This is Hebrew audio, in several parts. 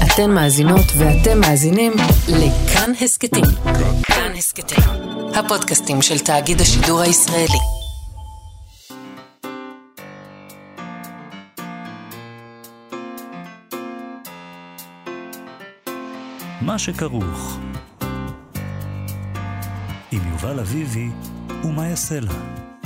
אתן מאזינות ואתם מאזינים לכאן הסקטים. כאן הסקטים, הפודקאסטים של תאגיד השידור הישראלי. מה שכרוך עם יובל אביבי ומה יעשה לה.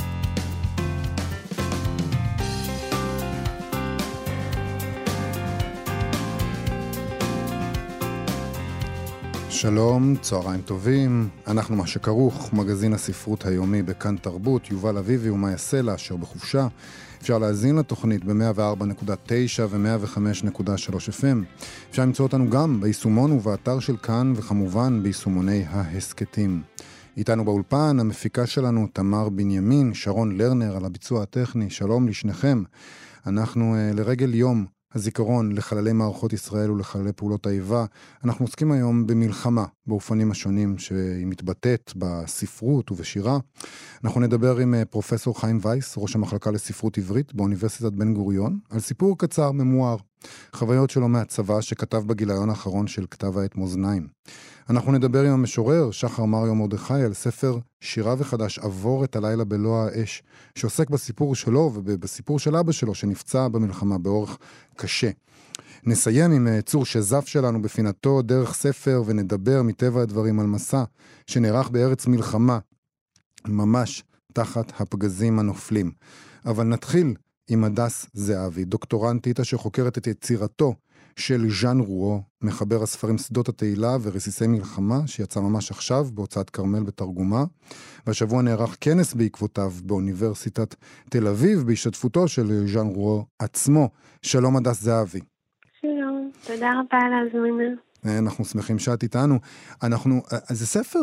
שלום, צהריים טובים, אנחנו מה שכרוך, מגזין הספרות היומי בכאן תרבות, יובל אביבי ומה יעשה לה, אשר בחופשה. אפשר להזין לתוכנית ב-104.9 ו-105.3 FM. אפשר למצוא אותנו גם ביישומון ובאתר של כאן, וכמובן ביישומוני ההסקטים. איתנו באולפן המפיקה שלנו תמר בנימין, שרון לרנר על הביצוע הטכני, שלום לשניכם. אנחנו לרגל יום הזיכרון לחללי מערכות ישראל ולחללי פעולות האיבה, אנחנו עוסקים היום במלחמה באופנים השונים שהיא מתבטאת בספרות ובשירה. אנחנו נדבר עם פרופסור חיים וייס, ראש המחלקה לספרות עברית באוניברסיטת בן גוריון, על סיפור קצר ממואר, חוויות שלו מהצבא שכתב בגיליון האחרון של כתב העת מאזניים. אנחנו נדבר עם המשורר שחר מריו מרדכי על ספר שירה וחדש עבור את הלילה בלוע האש, שעוסק בסיפור שלו ובסיפור של אבא שלו שנפצע במלחמה באורח קשה. נסיים עם צור שזף שלנו בפינתו דרך ספר, ונדבר מטבע הדברים על מסע שנערך בארץ מלחמה, ממש תחת הפגזים הנופלים. אבל נתחיל עם הדס זהבי, דוקטורנטית שחוקרת את יצירתו של ז'אן רואה, מחבר הספרים שדות התהילה ורסיסי מלחמה, שיצא ממש עכשיו בהוצאת כרמל בתרגומה. והשבוע נערך כנס בעקבותיו באוניברסיטת תל אביב, בהשתתפותו של ז'אן רואה עצמו. שלום הדס זהבי. שלום, תודה רבה על ההזמנה. אנחנו שמחים שאת איתנו. זה ספר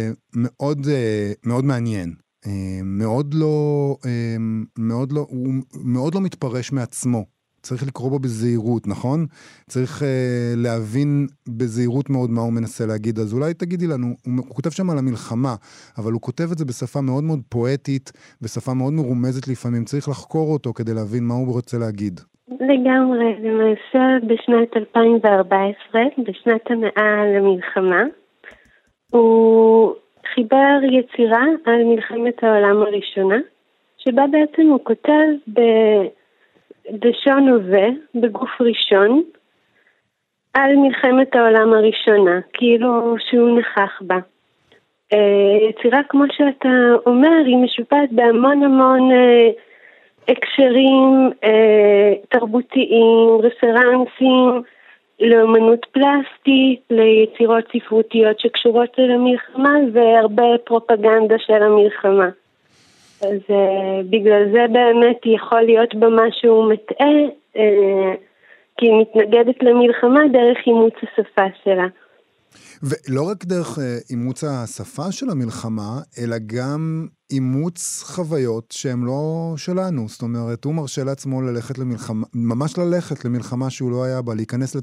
מאוד מעניין. הוא מאוד לא מתפרש מעצמו. צריך לקרוא בו בזהירות, נכון? צריך להבין בזהירות מאוד מה הוא מנסה להגיד. אז אולי תגידי לנו, הוא כותב שם על המלחמה, אבל הוא כותב את זה בשפה מאוד מאוד פואטית, בשפה מאוד מרומזת לפעמים. צריך לחקור אותו כדי להבין מה הוא רוצה להגיד. לגמרי, למעשה בשנת 2014, בשנת המאה למלחמה, הוא חיבר יצירה על מלחמת העולם הראשונה, שבה בעצם הוא כותב בלשון הווה, בגוף ראשון, על מלחמת העולם הראשונה, כאילו שהוא נכח בה. יצירה, כמו שאתה אומר, היא משופעת בהמון המון הקשרים תרבותיים, רפרנסים, לאמנות פלסטית, ליצירות ספרותיות שקשורות למלחמה, והרבה פרופגנדה של המלחמה. אז בגלל זה באמת יכול להיות בה משהו מטעה, כי היא מתנגדת למלחמה דרך אימוץ השפה שלה. ולא רק דרך אימוץ השפה של המלחמה, אלא גם אימוץ חוויות שהן לא שלנו. זאת אומרת, הוא מרשה לעצמו ללכת למלחמה, ממש ללכת למלחמה שהוא לא היה בה, להיכנס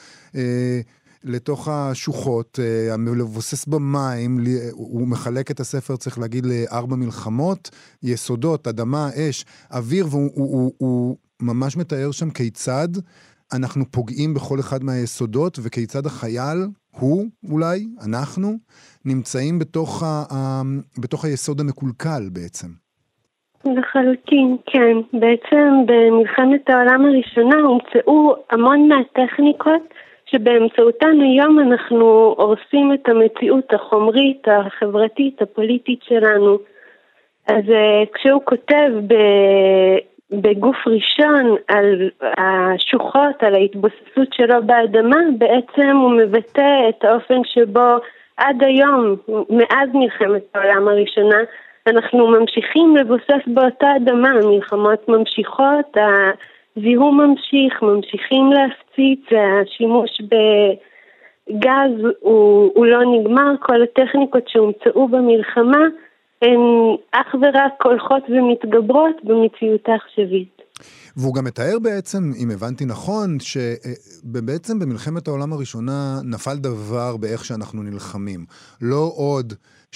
לתוך השוחות, לבוסס במים, הוא מחלק את הספר, צריך להגיד, ל4 מלחמות, יסודות, אדמה, אש, אוויר, והוא ממש מתאר שם כיצד אנחנו פוגעים בכל אחד מהיסודות, וכיצד החייל, הוא אולי, אנחנו, נמצאים בתוך היסוד המקולקל בעצם. לחלוטין, כן. בעצם במלחמת העולם הראשונה הומצאו המון מהטכניקות שבאמצעותן היום אנחנו הורסים את המציאות החומרית, החברתית, הפוליטית שלנו. אז כשהוא כותב בגוף ראשון על השוחות, על ההתבוססות שלו באדמה, בעצם הוא מבטא את האופן שבו עד היום, מאז מלחמת העולם הראשונה, אנחנו ממשיכים לבוסס באותה אדמה, המלחמות ממשיכות, הזיהום ממשיך, ממשיכים להפציץ, השימוש בגז הוא לא נגמר, כל הטכניקות שהומצאו במלחמה הן אך ורק הולכות ומתגברות במציאות העכשווית. והוא גם מתאר בעצם, אם הבנתי נכון, שבעצם במלחמת העולם הראשונה נפל דבר באיך שאנחנו נלחמים. לא עוד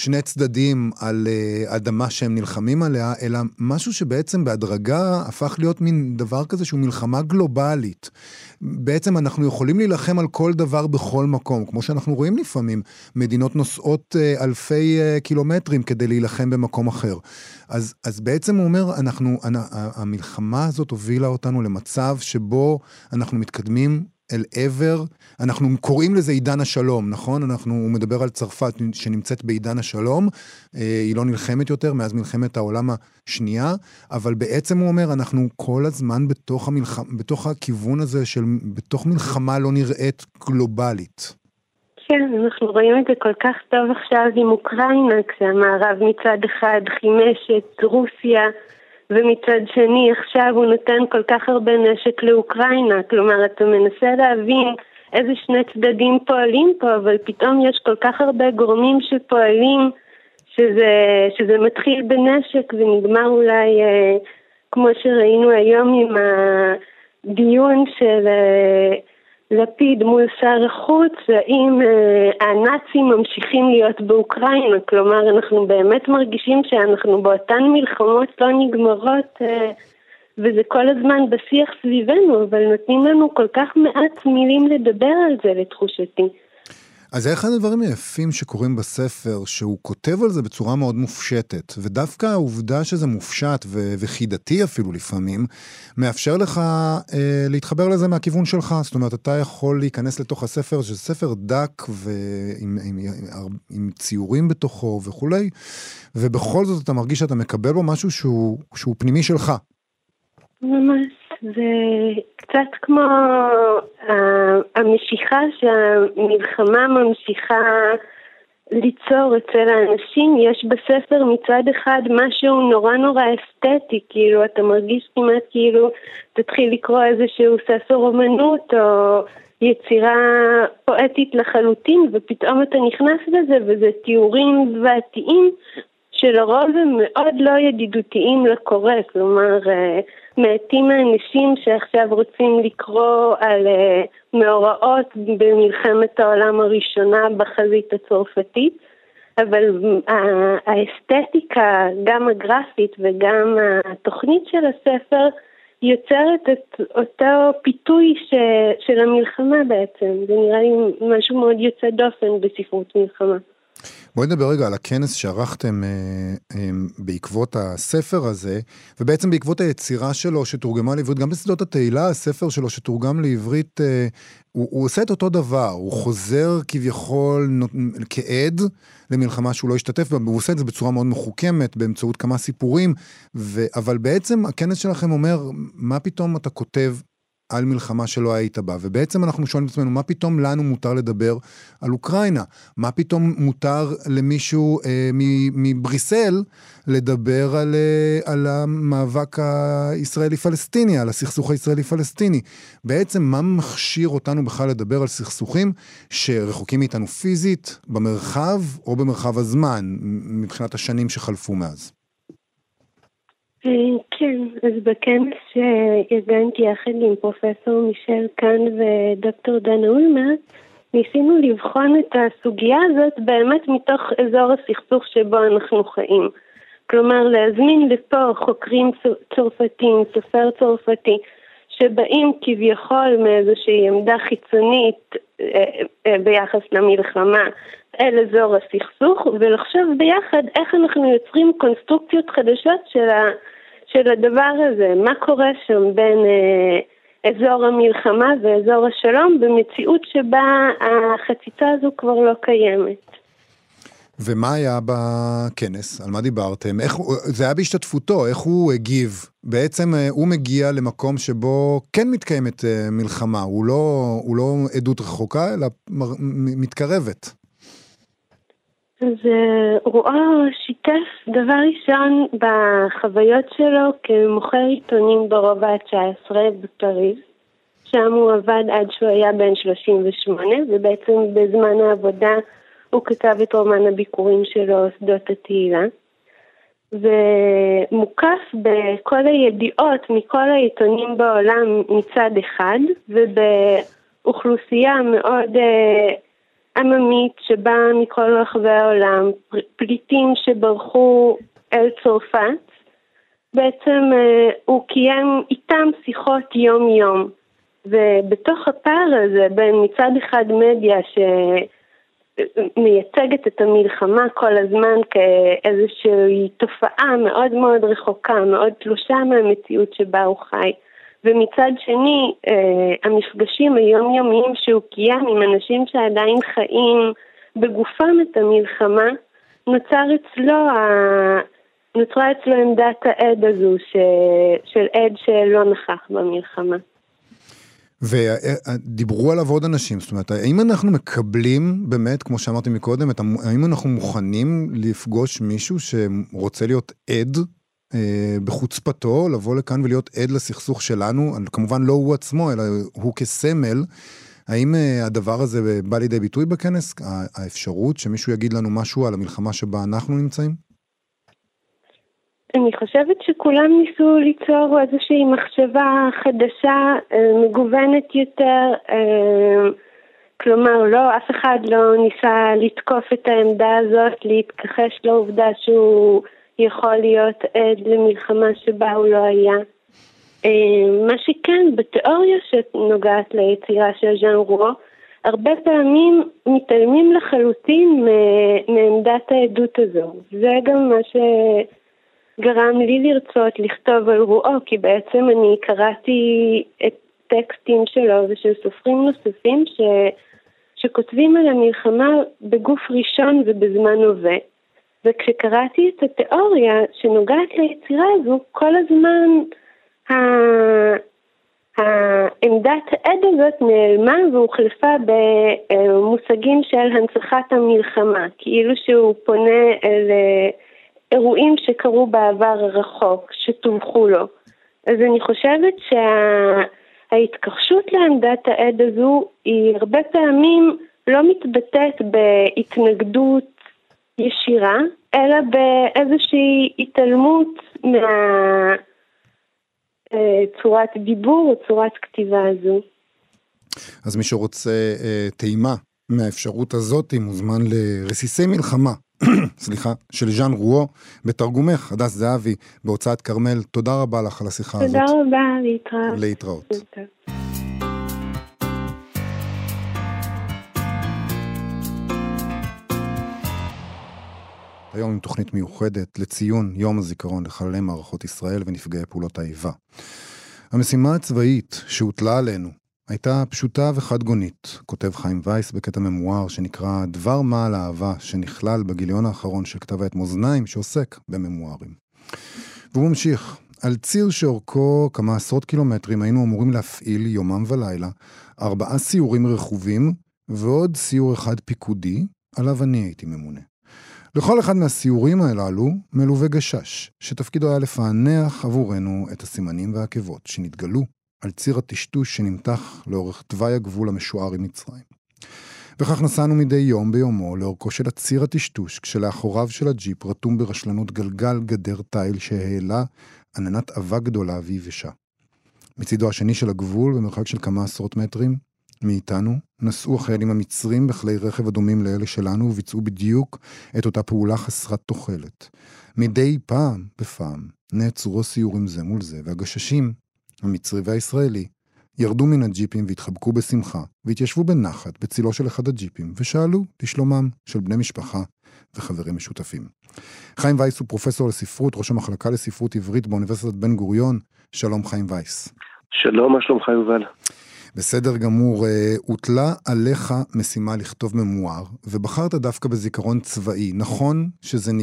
שני צדדים על אדמה שהם נלחמים עליה, אלא משהו שבעצם בהדרגה הפך להיות מין דבר כזה שהוא מלחמה גלובלית. בעצם אנחנו יכולים להילחם על כל דבר בכל מקום, כמו שאנחנו רואים לפעמים, מדינות נוסעות אלפי קילומטרים כדי להילחם במקום אחר. אז בעצם הוא אומר, המלחמה הזאת הובילה אותנו למצב שבו אנחנו מתקדמים אל עבר, אנחנו קוראים לזה עידן השלום, נכון? הוא מדבר על צרפת שנמצאת בעידן השלום, היא לא נלחמת יותר מאז מלחמת העולם השנייה, אבל בעצם הוא אומר, אנחנו כל הזמן בתוך הכיוון הזה בתוך מלחמה לא נראית גלובלית. כן, אנחנו רואים את זה כל כך טוב עכשיו עם אוקראינה, כשהמערב מצד אחד חימש את רוסיה, ומצד שני עכשיו הוא נותן כל כך הרבה נשק לאוקראינה, כלומר אתה מנסה להבין איזה שני צדדים פועלים פה, אבל פתאום יש כל כך הרבה גורמים שפועלים, שזה מתחיל בנשק ונגמר אולי כמו שראינו היום עם הדיון של לפיד מול שר החוץ, האם הנאצים ממשיכים להיות באוקראינה, כלומר אנחנו באמת מרגישים שאנחנו באותן מלחמות לא נגמרות, וזה כל הזמן בשיח סביבנו, אבל נותנים לנו כל כך מעט מילים לדבר על זה לתחושתי. אז זה אחד הדברים היפים שקורים בספר, שהוא כותב על זה בצורה מאוד מופשטת, ודווקא העובדה שזה מופשט וחידתי אפילו לפעמים, מאפשר לך להתחבר לזה מהכיוון שלך. זאת אומרת, אתה יכול להיכנס לתוך הספר, שזה ספר דק ועם ציורים בתוכו וכולי, ובכל זאת אתה מרגיש שאתה מקבל בו משהו שהוא פנימי שלך. ממש. זה קצת כמו המשיכה שהמלחמה ממשיכה ליצור אצל האנשים. יש בספר מצד אחד משהו נורא נורא אסתטי, כאילו אתה מרגיש כמעט כאילו תתחיל לקרוא איזשהו ספר אומנות או יצירה פואטית לחלוטין, ופתאום אתה נכנס לזה וזה תיאורים זוועתיים שלרוב הם מאוד לא ידידותיים לקורא, כלומר מעטים האנשים שעכשיו רוצים לקרוא על מאורעות במלחמת העולם הראשונה בחזית הצרפתית, אבל האסתטיקה, גם הגרפית וגם התוכנית של הספר, יוצרת את אותו פיתוי של המלחמה בעצם. זה נראה לי משהו מאוד יוצא דופן בספרות מלחמה. בואי נדבר רגע על הכנס שערכתם בעקבות הספר הזה, ובעצם בעקבות היצירה שלו שתורגמה לעברית, גם בשדות התהילה, הספר שלו שתורגם לעברית, הוא עושה את אותו דבר, הוא חוזר כביכול כעד למלחמה שהוא לא השתתף בה, הוא עושה את זה בצורה מאוד מחוכמת, באמצעות כמה סיפורים, אבל בעצם הכנס שלכם אומר, מה פתאום אתה כותב על מלחמה שלא היית בה, ובעצם אנחנו שואלים את עצמנו, מה פתאום לנו מותר לדבר על אוקראינה? מה פתאום מותר למישהו מבריסל לדבר על המאבק הישראלי-פלסטיני, על הסכסוך הישראלי-פלסטיני? בעצם מה מכשיר אותנו בכלל לדבר על סכסוכים שרחוקים מאיתנו פיזית, במרחב או במרחב הזמן, מבחינת השנים שחלפו מאז? כן, אז בכנס שארגנתי יחד עם פרופסור מישל קאן ודוקטור דנה אולמרט, ניסינו לבחון את הסוגיה הזאת באמת מתוך אזור הסכסוך שבו אנחנו חיים. כלומר, להזמין לפה חוקרים צרפתים, סופר צרפתי, שבאים כביכול מאיזושהי עמדה חיצונית ביחס למלחמה אל אזור הסכסוך, ולחשוב ביחד איך אנחנו יוצרים קונסטרוקציות חדשות של הדבר הזה, מה קורה שם בין אזור המלחמה ואזור השלום במציאות שבה החציצה הזו כבר לא קיימת. ומה היה בכנס? על מה דיברתם? זה היה בהשתתפותו, איך הוא הגיב? בעצם הוא מגיע למקום שבו כן מתקיימת מלחמה, הוא לא עדות רחוקה, אלא מתקרבת. אז רואו שיתף דבר ראשון בחוויות שלו כמוכר עיתונים ברובע ה-19 בפריז, שם הוא עבד עד שהוא היה בן 38, ובעצם בזמן העבודה הוא כתב את רומן הביקורים שלו, שדות התהילה, ומוקף בכל הידיעות מכל העיתונים בעולם מצד אחד, ובאוכלוסייה מאוד עממית שבאה מכל רחבי העולם, פליטים שברחו אל צרפת, בעצם הוא קיים איתם שיחות יום יום. ובתוך הפער הזה, בין מצד אחד מדיה שמייצגת את המלחמה כל הזמן כאיזושהי תופעה מאוד מאוד רחוקה, מאוד תלושה מהמציאות שבה הוא חי, ומצד שני, המפגשים היומיומיים שהוא קיים עם אנשים שעדיין חיים בגופם את המלחמה, נוצרה אצלו עמדת העד הזו של עד שלא נכח במלחמה. ודיברו עליו עוד אנשים, זאת אומרת, האם אנחנו מקבלים באמת, כמו שאמרתי מקודם, האם אנחנו מוכנים לפגוש מישהו שרוצה להיות עד בחוצפתו, לבוא לכאן ולהיות עד לסכסוך שלנו, כמובן לא הוא עצמו, אלא הוא כסמל, האם הדבר הזה בא לידי ביטוי בכנס? האפשרות שמישהו יגיד לנו משהו על המלחמה שבה אנחנו נמצאים? אני חושבת שכולם ניסו ליצור איזושהי מחשבה חדשה, מגוונת יותר, כלומר אף אחד לא ניסה לתקוף את העמדה הזאת, להתכחש לעובדה שהוא יכול להיות עד למלחמה שבה הוא לא היה. מה שכן, בתיאוריה שנוגעת ליצירה של ז'אן רו, הרבה פעמים מתעלמים לחלוטין מעמדת העדות הזו. זה גם מה שגרם לי לרצות לכתוב על רואו, כי בעצם אני קראתי את טקסטים שלו ושל סופרים נוספים שכותבים על המלחמה בגוף ראשון ובזמן הווה. וכשקראתי את התיאוריה שנוגעת ליצירה הזו, כל הזמן העמדת העד הזאת נעלמה והוחלפה במושגים של הנצחת המלחמה, כאילו שהוא פונה אל אירועים שקרו בעבר הרחוק, שתווכו לו. אז אני חושבת שההתכחשות לעמדת העד הזו היא הרבה פעמים לא מתבטאת בהתנגדות ישירה, אלא באיזושהי התעלמות צורת דיבור או צורת כתיבה הזו. אז מי שרוצה טעימה מהאפשרות הזאת, מוזמן לרסיסי מלחמה, של ז'אן רואו, בתרגומך, הדס זהבי, בהוצאת כרמל. תודה רבה לך על השיחה הזאת. תודה רבה, להתראות. להתראות. היום עם תוכנית מיוחדת לציון יום הזיכרון לחללי מערכות ישראל ונפגעי פעולות האיבה. המשימה הצבאית שהוטלה עלינו הייתה פשוטה וחד גונית, כותב חיים וייס בקטע ממואר שנקרא דבר מה על האהבה, שנכלל בגיליון האחרון של כתב העת מאזניים שעוסק בממוארים. והוא ממשיך, על ציר שאורכו כמה עשרות קילומטרים היינו אמורים להפעיל יומם ולילה 4 סיורים רכובים ועוד סיור אחד פיקודי, עליו אני הייתי ממונה. לכל אחד מהסיורים הללו מלווה גשש, שתפקידו היה לפענח עבורנו את הסימנים והעקבות שנתגלו על ציר הטשטוש שנמתח לאורך תוואי הגבול המשוער עם מצרים. וכך נסענו מדי יום ביומו לאורכו של הציר הטשטוש, כשלאחוריו של הג'יפ רתום ברשלנות גלגל גדר תיל שהעלה עננת אבק גדולה ויבשה. מצידו השני של הגבול, במרחק של כמה עשרות מטרים, מאיתנו נסעו החיילים המצרים בכלי רכב אדומים לאלה שלנו וביצעו בדיוק את אותה פעולה חסרת תוחלת. מדי פעם בפעם נעצרו סיורים זה מול זה, והגששים, המצרי והישראלי, ירדו מן הג'יפים והתחבקו בשמחה, והתיישבו בנחת בצילו של אחד הג'יפים, ושאלו לשלומם של בני משפחה וחברים משותפים. חיים וייס הוא פרופסור לספרות, ראש המחלקה לספרות עברית באוניברסיטת בן גוריון. שלום חיים וייס. שלום, מה שלומך יובל? בסדר גמור, הוטלה עליך משימה לכתוב ממואר, ובחרת דווקא בזיכרון צבאי. נכון שזה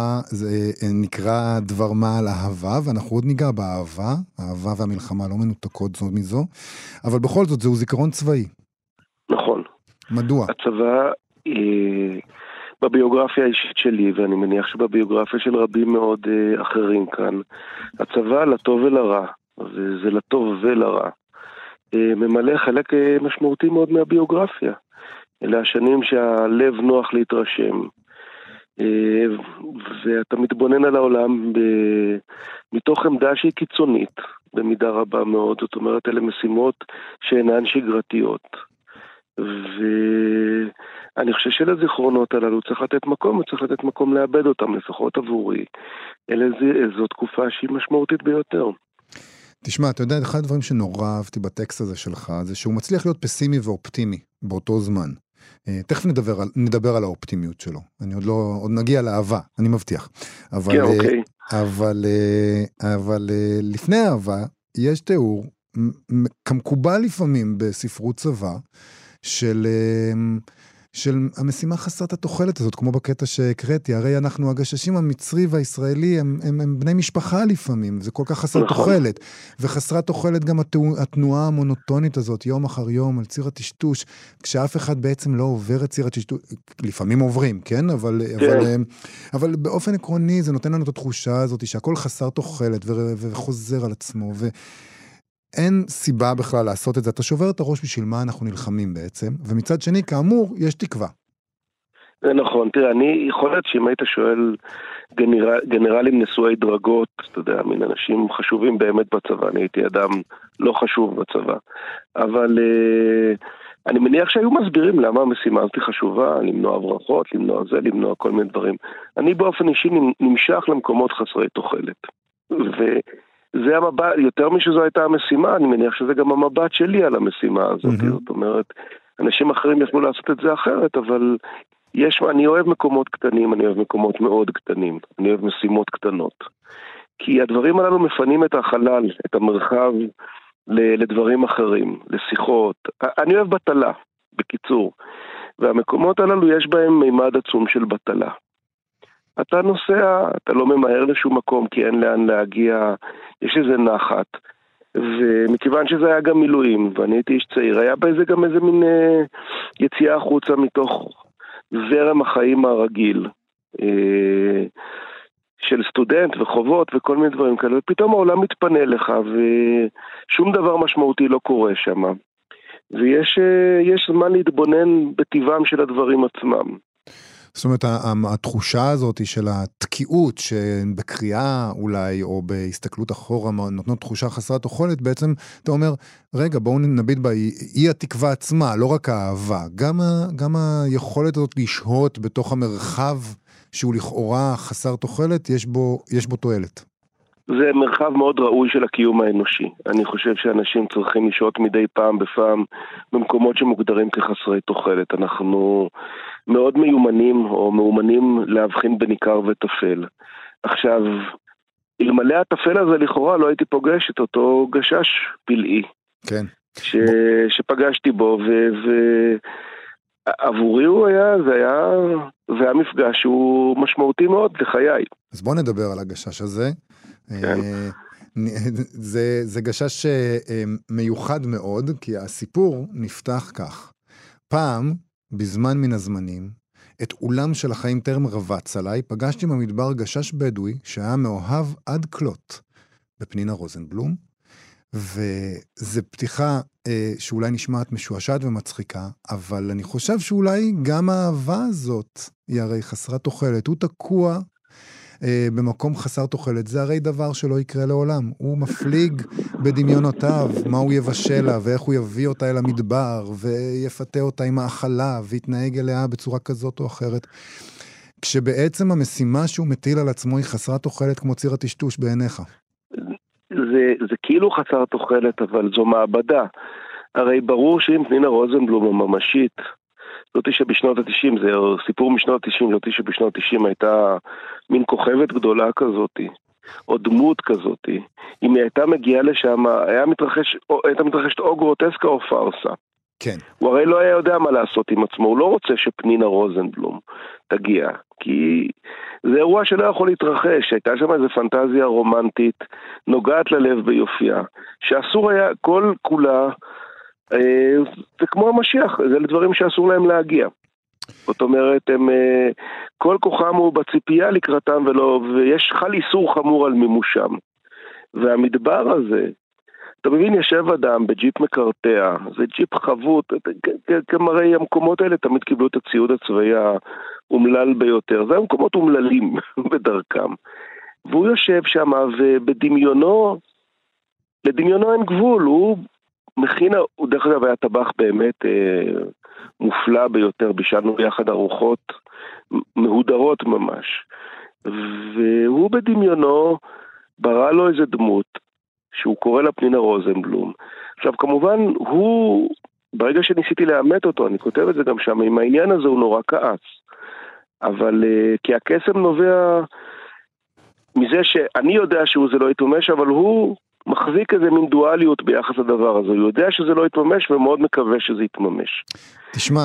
נקרא דבר מה על אהבה, ואנחנו עוד ניגע באהבה, האהבה והמלחמה לא מנותקות זו מזו, אבל בכל זאת זהו זיכרון צבאי. נכון. מדוע? הצבא, בביוגרפיה האישית שלי, ואני מניח שבביוגרפיה של רבים מאוד אחרים כאן, הצבא לטוב ולרע, וזה לטוב ולרע. ממלא חלק משמעותי מאוד מהביוגרפיה. אלה השנים שהלב נוח להתרשם, ואתה מתבונן על העולם מתוך עמדה שהיא קיצונית, במידה רבה מאוד. זאת אומרת, אלה משימות שאינן שגרתיות. ואני חושב שלזיכרונות הללו צריך לתת מקום, וצריך לתת מקום לאבד אותם, לפחות עבורי. זו תקופה שהיא משמעותית ביותר. תשמע, אתה יודע, אחד הדברים שנורא אהבתי בטקסט הזה שלך, זה שהוא מצליח להיות פסימי ואופטימי באותו זמן. תכף נדבר על האופטימיות שלו. אני עוד נגיע לאהבה, אני מבטיח. כן, אוקיי. אבל לפני אהבה, יש תיאור, כמקובל לפעמים בספרות צבא, של המשימה חסרת התוחלת הזאת, כמו בקטע שהקראתי, הרי אנחנו הגששים המצרי והישראלי, הם בני משפחה לפעמים, זה כל כך חסר תוחלת, וחסרת תוחלת גם התנועה המונוטונית הזאת, יום אחר יום, על ציר הטשטוש, כשאף אחד בעצם לא עובר את ציר הטשטוש, לפעמים עוברים, כן? אבל באופן עקרוני זה נותן לנו את התחושה הזאת, שהכל חסר תוחלת וחוזר על עצמו, אין סיבה בכלל לעשות את זה. אתה שובר את הראש בשביל מה אנחנו נלחמים בעצם, ומצד שני, כאמור, יש תקווה. זה נכון. תראה, אני יכול להיות שאם היית שואל גנרלים נשואי דרגות, אתה יודע, מן אנשים חשובים באמת בצבא, אני הייתי אדם לא חשוב בצבא, אבל אני מניח שהיו מסבירים למה המשימה הזאת חשובה, למנוע הברחות, למנוע זה, למנוע כל מיני דברים. אני באופן אישי נמשך למקומות חסרי תוחלת. זה המבט, יותר משזו הייתה המשימה, אני מניח שזה גם המבט שלי על המשימה הזאת. זאת אומרת, אנשים אחרים יכלו לעשות את זה אחרת, אבל אני אוהב מקומות קטנים, אני אוהב מקומות מאוד קטנים, אני אוהב משימות קטנות. כי הדברים הללו מפנים את החלל, את המרחב לדברים אחרים, לשיחות. אני אוהב בטלה, בקיצור. והמקומות הללו יש בהם מימד עצום של בטלה. אתה נוסע, אתה לא ממהר לשום מקום כי אין לאן להגיע, יש איזה נחת, ומכיוון שזה היה גם מילואים, ואני הייתי איש צעיר, היה בזה גם איזה מין יציאה החוצה מתוך זרם החיים הרגיל, של סטודנט וחובות וכל מיני דברים כאלה, ופתאום העולם מתפנה לך, ושום דבר משמעותי לא קורה שם, ויש זמן להתבונן בטבעם של הדברים עצמם. זאת אומרת, התחושה הזאת של התקיעות שבקריאה אולי, או בהסתכלות אחורה, נותנות תחושה חסרת תוחלת, בעצם אתה אומר, רגע, בואו נביט בה, היא התקווה עצמה, לא רק האהבה, גם היכולת הזאת לשהות בתוך המרחב, שהוא לכאורה חסר תוחלת, יש בו תועלת. זה מרחב מאוד ראוי של הקיום האנושי. אני חושב שאנשים צריכים לשהות מדי פעם בפעם במקומות שמוגדרים כחסרי תוחלת. אנחנו מאוד מיומנים או מאומנים להבחין בין עיקר וטפל. עכשיו, אלמלא הטפל הזה לכאורה לא הייתי פוגש את אותו גשש פלאי. כן. שפגשתי בו, עבורי זה היה מפגש שהוא משמעותי מאוד לחיי. אז בוא נדבר על הגשש הזה. כן. זה גשש מיוחד מאוד, כי הסיפור נפתח כך. פעם, בזמן מן הזמנים, את אולם של החיים טרם רבץ עליי, פגשתי במדבר גשש בדואי, שהיה מאוהב עד כלות, בפנינה רוזנבלום, וזה פתיחה שאולי נשמעת משועשעת ומצחיקה, אבל אני חושב שאולי גם האהבה הזאת היא הרי חסרת תוחלת, הוא תקוע במקום חסר תוחלת, זה הרי דבר שלא יקרה לעולם, הוא מפליג בדמיונותיו, מה הוא יבשל לה, ואיך הוא יביא אותה אל המדבר, ויפתה אותה עם האכלה, ויתנהג אליה בצורה כזאת או אחרת, כשבעצם המשימה שהוא מטיל על עצמו היא חסרת תוחלת כמו ציר הטשטוש בעיניך. זה כאילו חסר תוחלת, אבל זו מעבדה. הרי ברור שאם פנינה רוזנבלום הממשית, זאתי שבשנות ה-90, זה סיפור משנות ה-90, זאתי שבשנות ה-90 הייתה מין כוכבת גדולה כזאתי, או דמות כזאתי. אם היא הייתה מגיעה לשם, הייתה מתרחשת או גרוטסקה או פרסה. כן. הוא הרי לא היה יודע מה לעשות עם עצמו, הוא לא רוצה שפנינה רוזנבלום תגיע, כי זה אירוע שלא יכול להתרחש, הייתה שם איזו פנטזיה רומנטית, נוגעת ללב ביופייה, שאסור היה כל כולה, זה כמו המשיח, זה לדברים שאסור להם להגיע. זאת אומרת, כל כוחם הוא בציפייה לקראתם, ויש חל איסור חמור על מימושם. והמדבר הזה, אתה מבין, ישב אדם בג'יפ מקרטע, זה ג'יפ חבוט, כמרי המקומות האלה תמיד קיבלו את הציוד הצבאי האומלל ביותר, זה המקומות אומללים בדרכם. והוא יושב שם, ובדמיונו, לדמיונו אין גבול, הוא מכין, הוא דרך אגב היה טבח באמת מופלא ביותר, בישלנו ביחד ארוחות מהודרות ממש. והוא בדמיונו ברא לו איזה דמות, שהוא קורא לה פנינה רוזנבלום. עכשיו כמובן הוא, ברגע שניסיתי לאמת אותו, אני כותב את זה גם שם, עם העניין הזה הוא נורא כעס. אבל כי הקסם נובע מזה שאני יודע שהוא זה לא יתממש, אבל הוא מחזיק איזה מין דואליות ביחס לדבר הזה. הוא יודע שזה לא יתממש ומאוד מקווה שזה יתממש. תשמע,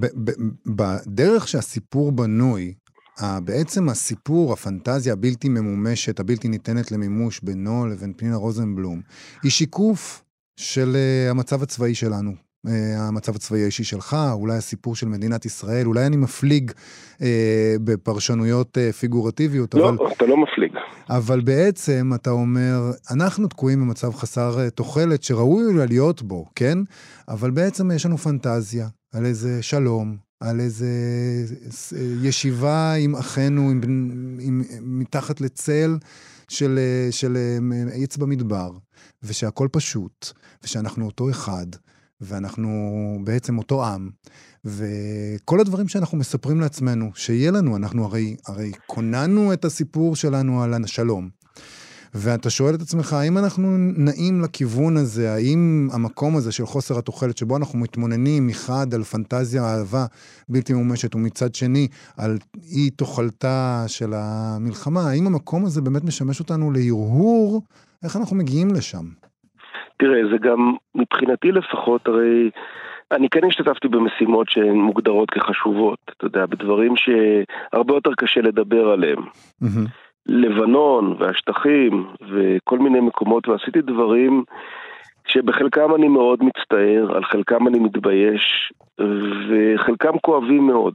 בדרך שהסיפור בנוי, בעצם הסיפור, הפנטזיה הבלתי ממומשת, הבלתי ניתנת למימוש בינו לבין פנינה רוזנבלום, היא שיקוף של המצב הצבאי שלנו. המצב הצבאי האישי שלך, אולי הסיפור של מדינת ישראל, אולי אני מפליג בפרשנויות פיגורטיביות. לא, אתה לא מפליג. אבל בעצם אתה אומר, אנחנו תקועים במצב חסר תוחלת שראוי להיות בו, כן? אבל בעצם יש לנו פנטזיה על איזה שלום, על איזה ישיבה עם אחינו, מתחת לצל של עץ במדבר, ושהכל פשוט, ושאנחנו אותו אחד, ואנחנו בעצם אותו עם, וכל הדברים שאנחנו מספרים לעצמנו, שיהיה לנו, אנחנו הרי קוננו את הסיפור שלנו על השלום, ואתה שואל את עצמך, האם אנחנו נעים לכיוון הזה, האם המקום הזה של חוסר התוחלת, שבו אנחנו מתמוננים מחד על פנטזיה, אהבה בלתי ממומשת, ומצד שני על אי תוחלתה של המלחמה, האם המקום הזה באמת משמש אותנו להרהור, איך אנחנו מגיעים לשם? תראה, זה גם מבחינתי לפחות, הרי אני כן השתתפתי במשימות שהן מוגדרות כחשובות, אתה יודע, בדברים שהרבה יותר קשה לדבר עליהם. לבנון והשטחים וכל מיני מקומות, ועשיתי דברים שבחלקם אני מאוד מצטער, על חלקם אני מתבייש, וחלקם כואבים מאוד.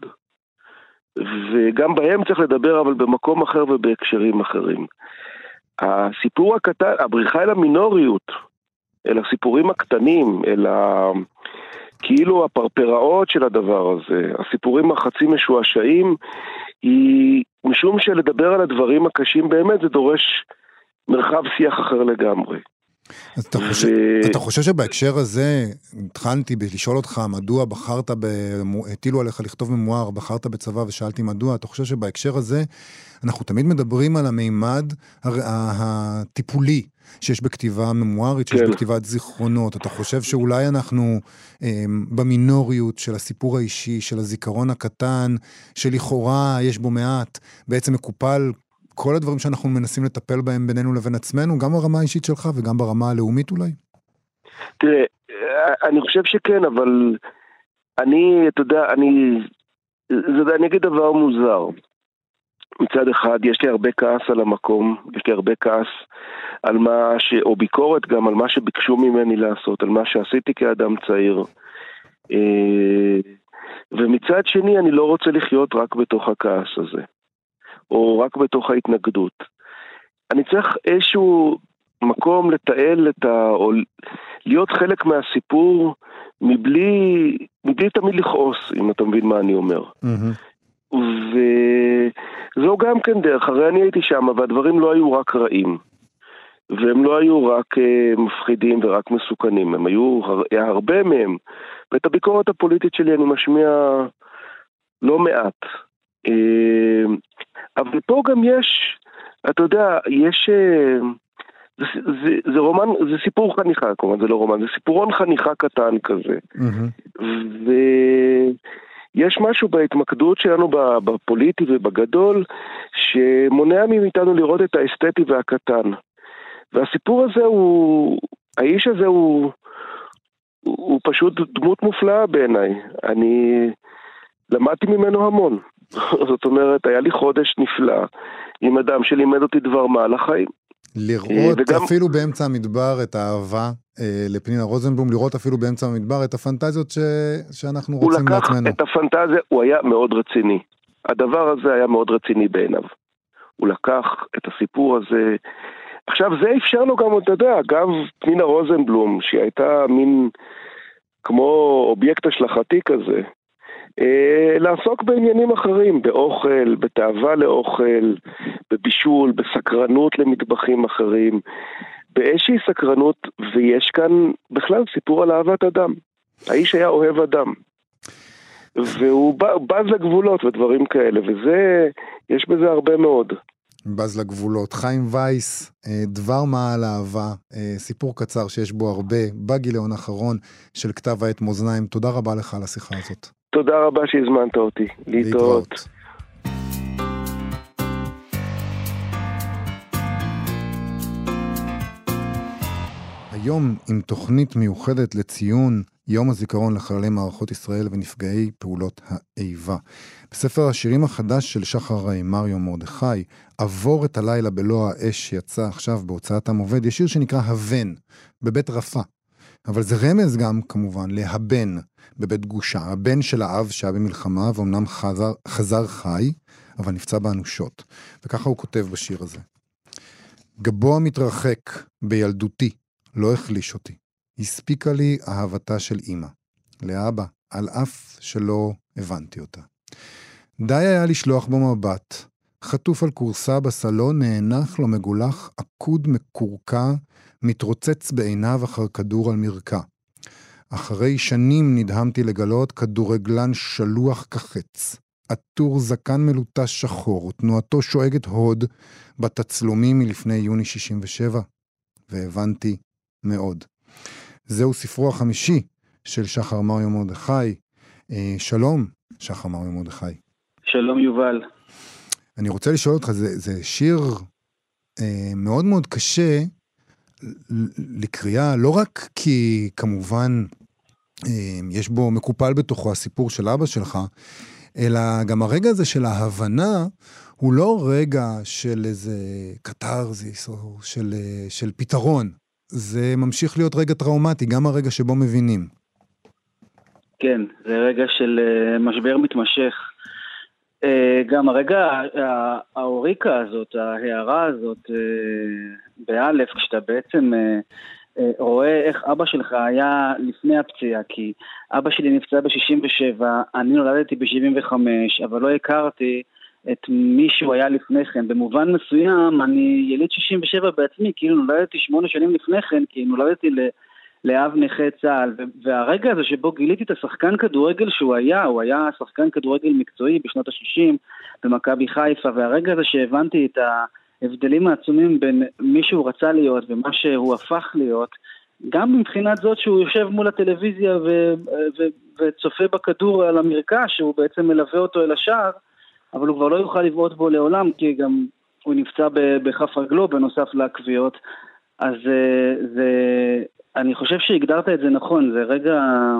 וגם בהם צריך לדבר, אבל במקום אחר ובהקשרים אחרים. הסיפור הקטן, הבריחה אל המינוריות, אל הסיפורים הקטנים, אל כאילו הפרפראות של הדבר הזה, הסיפורים החצי משועשעים, היא משום שלדבר על הדברים הקשים באמת זה דורש מרחב שיח אחר לגמרי. אז אתה חושב שבהקשר הזה, התחלתי לשאול אותך מדוע בחרת, הטילו עליך לכתוב ממואר, בחרת בצבא ושאלתי מדוע, אתה חושב שבהקשר הזה אנחנו תמיד מדברים על המימד הטיפולי שיש בכתיבה ממוארית, שיש בכתיבת זיכרונות. אתה חושב שאולי אנחנו במינוריות של הסיפור האישי, של הזיכרון הקטן, שלכאורה יש בו מעט, בעצם מקופל כל הדברים שאנחנו מנסים לטפל בהם בינינו לבין עצמנו, גם ברמה האישית שלך וגם ברמה הלאומית אולי? תראה, אני חושב שכן, אבל אתה יודע, אני אגיד דבר מוזר. מצד אחד, יש לי הרבה כעס על המקום, יש לי הרבה כעס על או ביקורת גם על מה שביקשו ממני לעשות, על מה שעשיתי כאדם צעיר. ומצד שני, אני לא רוצה לחיות רק בתוך הכעס הזה. או רק בתוך ההתנגדות. אני צריך איזשהו מקום לתעל או להיות חלק מהסיפור מבלי תמיד לכעוס, אם אתה מבין מה אני אומר. וזו גם כן דרך, הרי אני הייתי שם, והדברים לא היו רק רעים. והם לא היו רק מפחידים ורק מסוכנים, הם היו הרבה מהם. ואת הביקורת הפוליטית שלי אני משמיע לא מעט. אבל פה גם יש, אתה יודע, זה רומן, זה סיפור חניכה, כלומר זה לא רומן, זה סיפורון חניכה קטן כזה. ויש משהו בהתמקדות שלנו בפוליטי ובגדול, שמונע מאיתנו לראות את האסתטי והקטן. והסיפור הזה האיש הזה הוא פשוט דמות מופלאה בעיניי. אני למדתי ממנו המון. זאת אומרת, היה לי חודש נפלא עם אדם שלימד אותי דבר מה על החיים. לראות אפילו באמצע המדבר את האהבה לפנינה רוזנבלום, לראות אפילו באמצע המדבר את הפנטזיות שאנחנו רוצים לעצמנו. הוא לקח את הפנטזיה, הוא היה מאוד רציני. הדבר הזה היה מאוד רציני בעיניו. הוא לקח את הסיפור הזה. עכשיו זה אפשר לו גם, אתה יודע, אגב פנינה רוזנבלום, שהיא הייתה מין כמו אובייקט השלכתי כזה, לעסוק בעניינים אחרים, באוכל, בתאווה לאוכל, בבישול, בסקרנות למטבחים אחרים, באיזושהי סקרנות, ויש כאן בכלל סיפור על אהבת אדם. האיש היה אוהב אדם. והוא בז לגבולות ודברים כאלה, וזה, יש בזה הרבה מאוד. בז לגבולות. חיים וייס, דבר מה על אהבה, סיפור קצר שיש בו הרבה, בגיליון האחרון של כתב העת מאזניים. תודה רבה לך על השיחה הזאת. תודה רבה שהזמנת אותי. להתראות. היום עם תוכנית מיוחדת לציון יום הזיכרון לחללי מערכות ישראל ונפגעי פעולות האיבה. בספר השירים החדש של שחר מריו מרדכי, עבור את הלילה בלוע האש, שיצא עכשיו בהוצאת עם עובד, יש שיר שנקרא הבן, בבית רפה. אבל זה רמז גם כמובן להבן בבית גושה, הבן של האב שהיה במלחמה ואומנם חזר חי, אבל נפצע באנושות. וככה הוא כותב בשיר הזה. גבוה מתרחק בילדותי, לא החליש אותי. הספיקה לי אהבתה של אמא. לאבא, על אף שלא הבנתי אותה. די היה לשלוח בו מבט. חטוף על קורסה בסלון, נאנח לו מגולח, עקוד מקורקע, מתרוצץ בעיניו אחר כדור על מרקע. אחרי שנים נדהמתי לגלות כדורגלן שלוח כחץ. עטור זקן מלוטש שחור, ותנועתו שואגת הוד בתצלומים מלפני יוני 67. והבנתי מאוד. זהו ספרו החמישי של שחר מריו מרדכי. שלום, שחר מריו מרדכי. שלום יובל. אני רוצה לשאול אותך, זה שיר מאוד מאוד קשה לקריאה, לא רק כי כמובן יש בו מקופל בתוכו הסיפור של אבא שלך, אלא גם הרגע הזה של ההבנה, הוא לא רגע של איזה קטרזיס או של פתרון. זה ממשיך להיות רגע טראומטי, גם הרגע שבו מבינים. כן, זה רגע של משבר מתמשך. גם הרגע ההוריקה הזאת, ההערה הזאת, באלף, כשאתה בעצם רואה איך אבא שלך היה לפני הפציעה, כי אבא שלי נפצע ב-67, אני נולדתי ב-75, אבל לא הכרתי את מי שהוא היה לפני כן. במובן מסוים, אני יליד 67 בעצמי, כאילו נולדתי 8 שנים לפני כן, כי נולדתי לאב נכה צה"ל, והרגע הזה שבו גיליתי את השחקן כדורגל שהוא הוא היה שחקן כדורגל מקצועי בשנות ה-60 במכבי חיפה, והרגע הזה שהבנתי את ההבדלים העצומים בין מי שהוא רצה להיות ומה שהוא הפך להיות, גם מבחינת זאת שהוא יושב מול הטלוויזיה וצופה בכדור על המרקע, שהוא בעצם מלווה אותו אל השער, אבל הוא כבר לא יוכל לבעוט בו לעולם, כי גם הוא נפצע בכף רגלו בנוסף להקביעות. אז אני חושב שהגדרת את זה נכון, זה רגע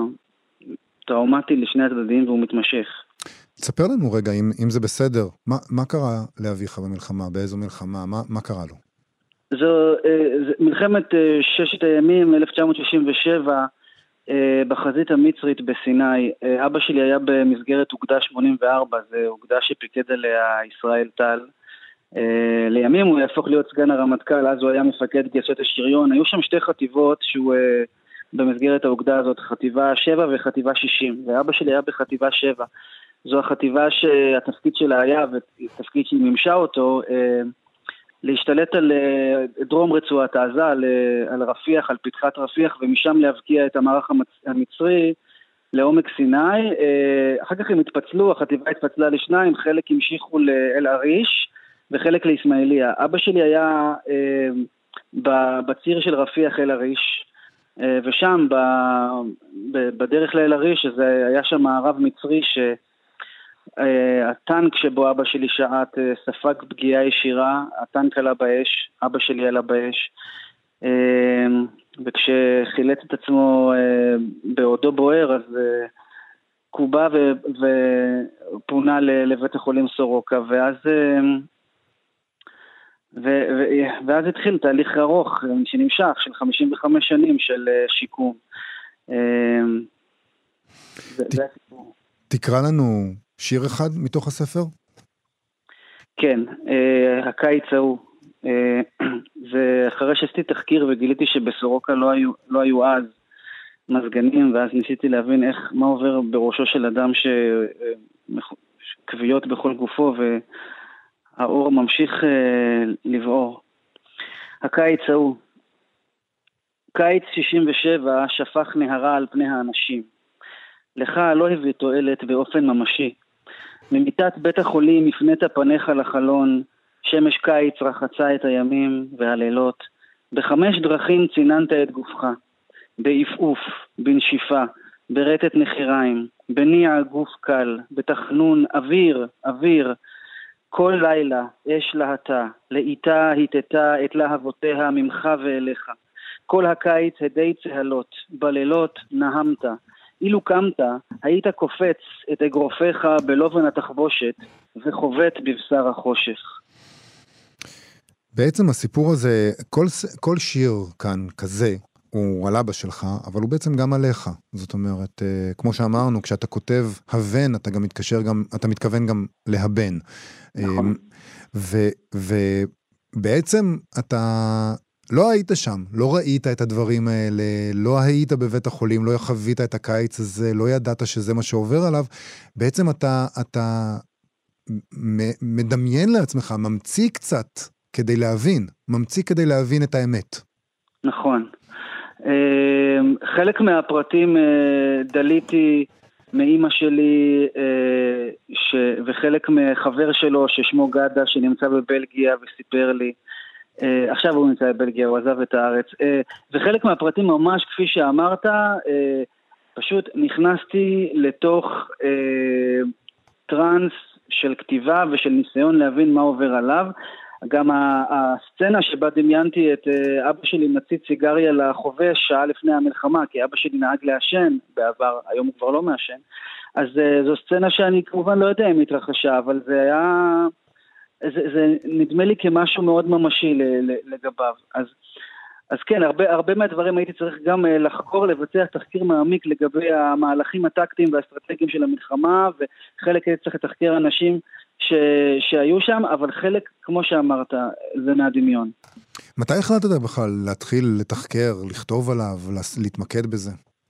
טראומטי לשני הצדדים והוא מתמשך. תספר לנו רגע, אם זה בסדר, מה קרה לאביך במלחמה? באיזו מלחמה? מה קרה לו? זו מלחמת ששת הימים, 1967, בחזית המצרית בסיני. אבא שלי היה במסגרת אוגדה 84, זה אוגדה שפיקד עליה ישראל טל. לימים הוא יהפוך להיות סגן הרמטכ"ל, אז הוא היה מפקד גייסות השריון. היו שם 2 חטיבות שהוא במסגרת האוגדה הזאת, חטיבה 7 וחטיבה 60, ואבא שלי היה בחטיבה 7. זו החטיבה שהתפקיד שלה היה, ותפקיד שהיא ממשה אותו, להשתלט על דרום רצועת עזה, על רפיח, על פתחת רפיח, ומשם להבקיע את המערך המצרי לעומק סיני. אחר כך הם התפצלו, החטיבה התפצלה ל2, חלק המשיכו לאל עריש, וחלק לישמעאליה. אבא שלי היה בציר של רפיח אל עריש, ושם בדרך לאל עריש, זה היה שם מערב מצרי הטנק שבו אבא שלי שעט ספג פגיעה ישירה, הטנק עלה באש, אבא שלי עלה באש, וכשחילץ את עצמו בעודו בוער, אז קובה ופונה לבית החולים סורוקה, ואז התחיל תהליך ארוך שנמשך של 55 שנים של שיקום. תקרא לנו שיר אחד מתוך הספר? כן, הקיץ ההוא. זה אחרי שעשיתי תחקיר וגיליתי שבסורוקה לא היו אז מזגנים, ואז ניסיתי להבין מה עובר בראשו של אדם שכוויות בכל גופו והאור ממשיך לבעור. הקיץ ההוא. קיץ 67 שפך נהרה על פני האנשים. לך לא הביא תועלת באופן ממשי. ממיטת בית החולים הפנית פניך לחלון, שמש קיץ רחצה את הימים והלילות, 5 דרכים ציננת את גופך, בעפעוף, בנשיפה, ברטט נחיריים, בניע גוף קל, בתחנון אוויר, כל לילה אש להטה, לאיתה היטטה את להבותיה ממך ואליך. כל הקיץ הדי צהלות, בלילות נהמת. אילו קמת, היית קופץ את אגרופיך בלובן התחבושת, וחובט בבשר החושך. בעצם הסיפור הזה, כל שיר כאן כזה, הוא על אבא שלך, אבל הוא בעצם גם עליך. זאת אומרת, כמו שאמרנו, כשאתה כותב הבן, אתה גם אתה מתכוון גם להבן. נכון. ובעצם אתה לא היית שם, לא ראית את הדברים האלה, לא היית בבית החולים, לא חווית את הקיץ הזה, לא ידעת שזה מה שעובר עליו. בעצם אתה מדמיין לעצמך, ממציא קצת כדי להבין את האמת. נכון. חלק מהפרטים דליתי מאמא שלי וחלק מחבר שלו ששמו גדה שנמצא בבלגיה וסיפר לי, עכשיו הוא נמצא בבלגיה, הוא עזב את הארץ, וחלק מהפרטים ממש כפי שאמרת, פשוט נכנסתי לתוך טרנס של כתיבה ושל ניסיון להבין מה עובר עליו. גם הסצנה שבה דמיינתי את אבא שלי מציץ סיגריה לחובש שעה לפני המלחמה, כי אבא שלי נהג לעשן בעבר, היום הוא כבר לא מעשן, אז זו סצנה שאני כמובן לא יודע אם התרחשה, אבל זה היה, זה נדמה לי כמשהו מאוד ממשי לגביו. אז כן, הרבה מהדברים הייתי צריך גם לחקור, לבצע תחקיר מעמיק לגבי המהלכים הטקטיים והאסטרטגיים של המלחמה, וחלק הייתי צריך לתחקר אנשים שהיו שם, אבל חלק, כמו שאמרת, זה מהדמיון. מתי החלטת בכלל להתחיל לתחקר, לכתוב עליו, להתמקד בזה?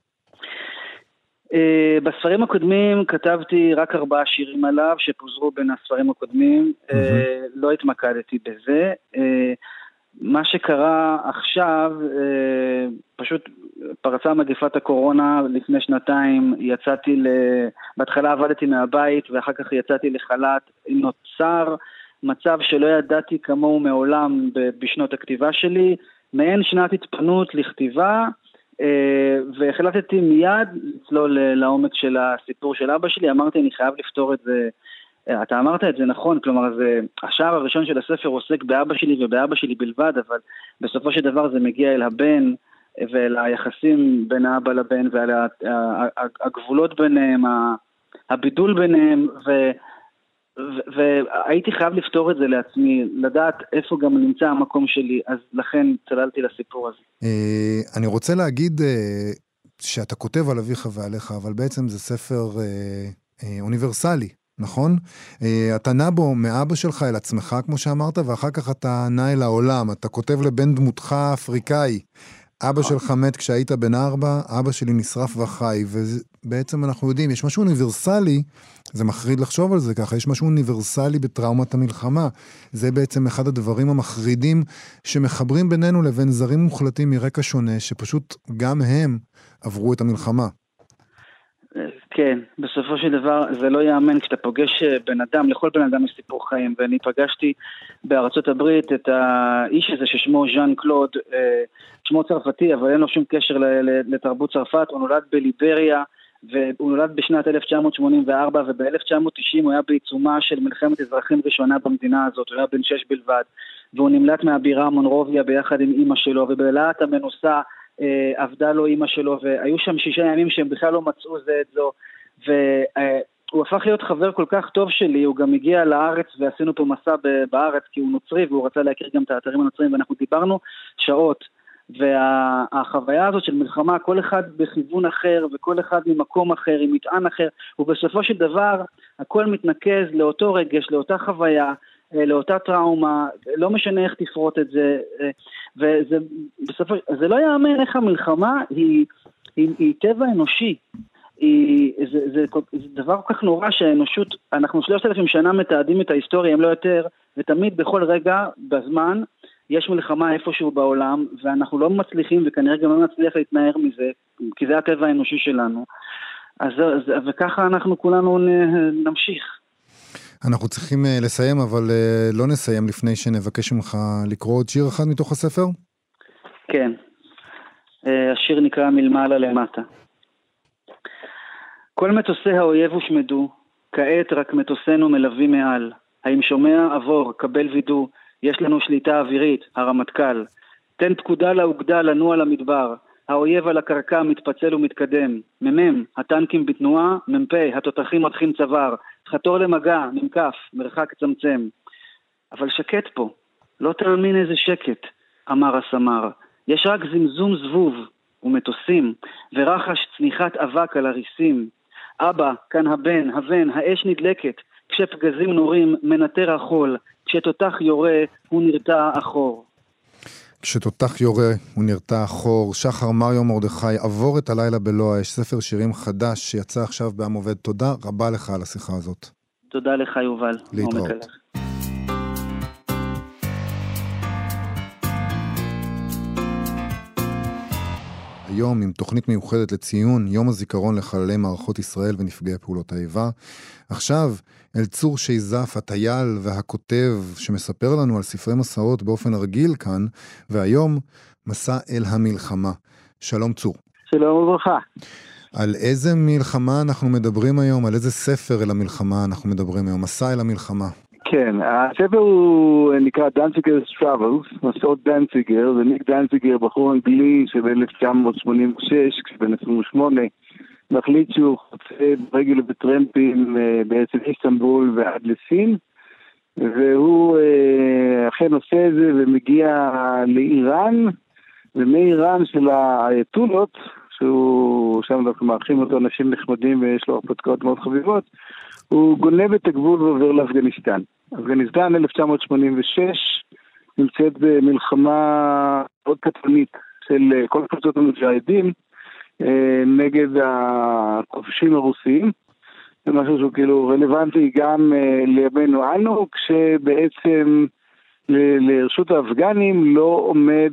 בספרים הקודמים כתבתי רק 4 שירים עליו, שפוזרו בין הספרים הקודמים, לא התמקדתי בזה. מה שקרה עכשיו, פשוט פרצה מגפת הקורונה לפני 2 יצאתי בהתחלה עבדתי מהבית ואחר כך יצאתי לחל"ת. נוצר מצב שלא ידעתי כמוהו מעולם בשנות הכתיבה שלי, מעין שנת התפנות לכתיבה, והחלטתי מיד לצלול לעומק של הסיפור של אבא שלי. אמרתי אני חייב לפתור את זה. אתה אמרת את זה נכון, כלומר זה השער הראשון של הספר עוסק באבא שלי ובאבא שלי בלבד, אבל בסופו של דבר זה מגיע אל הבן ואל היחסים בין האבא לבן ועל הגבולות ביניהם, הבידול ביניהם, והייתי חייב לפתור את זה לעצמי, לדעת איפה גם נמצא המקום שלי, אז לכן צללתי לסיפור הזה. אני רוצה להגיד שאתה כותב על אביך ועליך, אבל בעצם זה ספר אוניברסלי. נכון? אתה נע בו מאבא שלך אל עצמך, כמו שאמרת, ואחר כך אתה נע אל העולם. אתה כותב לבן דמותך אפריקאי. אבא שלך מת כשהיית בן 4, אבא שלי נשרף וחי, ובעצם אנחנו יודעים, יש משהו אוניברסלי, זה מחריד לחשוב על זה ככה, יש משהו אוניברסלי בטראומת המלחמה. זה בעצם אחד הדברים המחרידים שמחברים בינינו לבין זרים מוחלטים מרקע שונה, שפשוט גם הם עברו את המלחמה. כן, בסופו של דבר זה לא יאמן כשאתה פוגש בן אדם, לכל בן אדם יש סיפור חיים, ואני פגשתי בארצות הברית את האיש הזה ששמו ז'אן קלוד, שמו צרפתי, אבל אין לו שום קשר לתרבות צרפת. הוא נולד בליבריה, והוא נולד בשנת 1984, וב-1990 הוא היה בעיצומה של מלחמת אזרחים ראשונה במדינה הזאת, הוא היה בן 6 בלבד, והוא נמלט מהבירה מונרוביה ביחד עם אמא שלו, ובלהט המנוסה עבדה לו אמא שלו, והיו שם 6 ימים שהם בכלל לא מצאו זה את זו, והוא הפך להיות חבר כל כך טוב שלי. הוא גם הגיע לארץ ועשינו פה מסע בארץ כי הוא נוצרי, והוא רצה להכיר גם את האתרים הנוצריים, ואנחנו דיברנו שעות, והחוויה הזאת של מלחמה, כל אחד בכיוון אחר, וכל אחד ממקום אחר, עם מטען אחר, ובסופו של דבר הכל מתנקז לאותו רגש, לאותה חוויה, לאותה טראומה, לא משנה איך תפרוט את זה, וזה בסופו, זה לא יאמן איך המלחמה היא טבע אנושי, זה דבר כל כך נורא שהאנושות, אנחנו 3,000 שנה מתעדים את ההיסטוריה, אם לא יותר, ותמיד בכל רגע בזמן יש מלחמה איפשהו בעולם, ואנחנו לא מצליחים וכנראה גם לא נצליח להתנער מזה, כי זה הטבע האנושי שלנו. וככה אנחנו כולנו נמשיך. אנחנו צריכים לסיים, אבל לא נסיים לפני שנבקש ממך לקרוא עוד שיר אחד מתוך הספר? כן. השיר נקרא מלמעלה למטה. כל מטוסי האויב הושמדו, כעת רק מטוסנו מלווים מעל. האם שומע? עבור, קבל וידו, יש לנו שליטה אווירית, הרמטכ"ל. תן פקודה לאוגדה לנוע למדבר. האויב על הקרקע מתפצל ומתקדם. ממם, הטנקים בתנועה, ממפה, התותחים מותחים צוואר. חתור למגע, נמקף, מרחק צמצם. אבל שקט פה, לא תאמין איזה שקט, אמר הסמר. יש רק זמזום זבוב ומטוסים, ורחש צניחת אבק על הריסים. אבא, כאן הבן, האש נדלקת, כשפגזים נורים מנטר החול, כשתותח יורה הוא נרתע אחור. כשתותח יורה הוא נרתע אחור. שחר מריו מרדכי, עבור את הלילה בלוע, יש ספר שירים חדש שיצא עכשיו בעם עובד. תודה רבה לך על השיחה הזאת. תודה לך יובל. להתראות. היום עם תוכנית מיוחדת לציון יום הזיכרון לחללי מערכות ישראל ונפגעי פעולות האיבה. עכשיו אל צור שייזף, הטייל והכותב שמספר לנו על ספרי מסעות באופן רגיל כאן, והיום מסע אל המלחמה. שלום צור. שלום וברכה. על איזה מלחמה אנחנו מדברים היום? על איזה ספר אל המלחמה אנחנו מדברים היום? מסע אל המלחמה. כן, הספר הוא נקרא Danziger's Travels, מסעות דנציגר, זה ניק דנציגר, בחור אנגלי שב-1986, כשבן 28, מחליט שהוא חוצה ברגל בטרמפים בעצם איסטנבול ועד לסין, והוא אכן עושה את זה ומגיע לאיראן, ומאיראן של האייתולות, שהוא שם דווקא מארחים אותו אנשים נחמדים ויש לו הרפתקאות מאוד חביבות, הוא גונב את הגבול ועובר לאפגניסטן. אפגניסטן 1986 נמצאת במלחמה מאוד קטלנית של כל קבוצות המוג'אהידים נגד הכובשים הרוסיים. זה משהו שהוא כאילו רלוונטי גם לימינו אנו, כשבעצם לרשות האפגנים לא עומד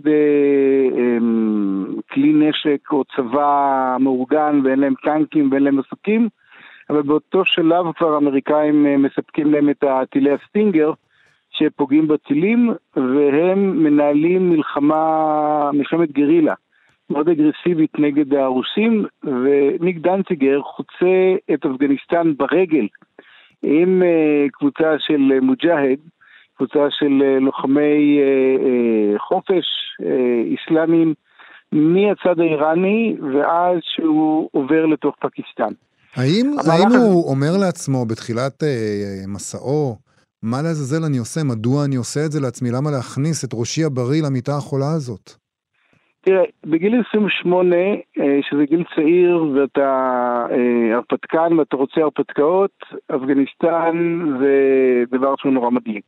כלי נשק או צבא מאורגן ואין להם טנקים ואין להם מסוקים, אבל באותו שלב כבר האמריקאים מספקים להם את הטילי הסטינגר שפוגעים בטילים, והם מנהלים מלחמת גרילה מאוד אגרסיבית נגד הרוסים, וניק דנציגר חוצה את אפגניסטן ברגל עם קבוצה של מוג'אהד, קבוצה של לוחמי חופש איסלאמים מהצד האיראני ועד שהוא עובר לתוך פקיסטן. האם הוא אומר לעצמו בתחילת מסעו, מה לעזאזל אני עושה? מדוע אני עושה את זה לעצמי? למה להכניס את ראשי הבריא למיטה החולה הזאת? תראה, בגיל 28, שזה גיל צעיר ואתה הרפתקן ואתה רוצה הרפתקאות, אפגניסטן זה דבר שהוא נורא מדליק.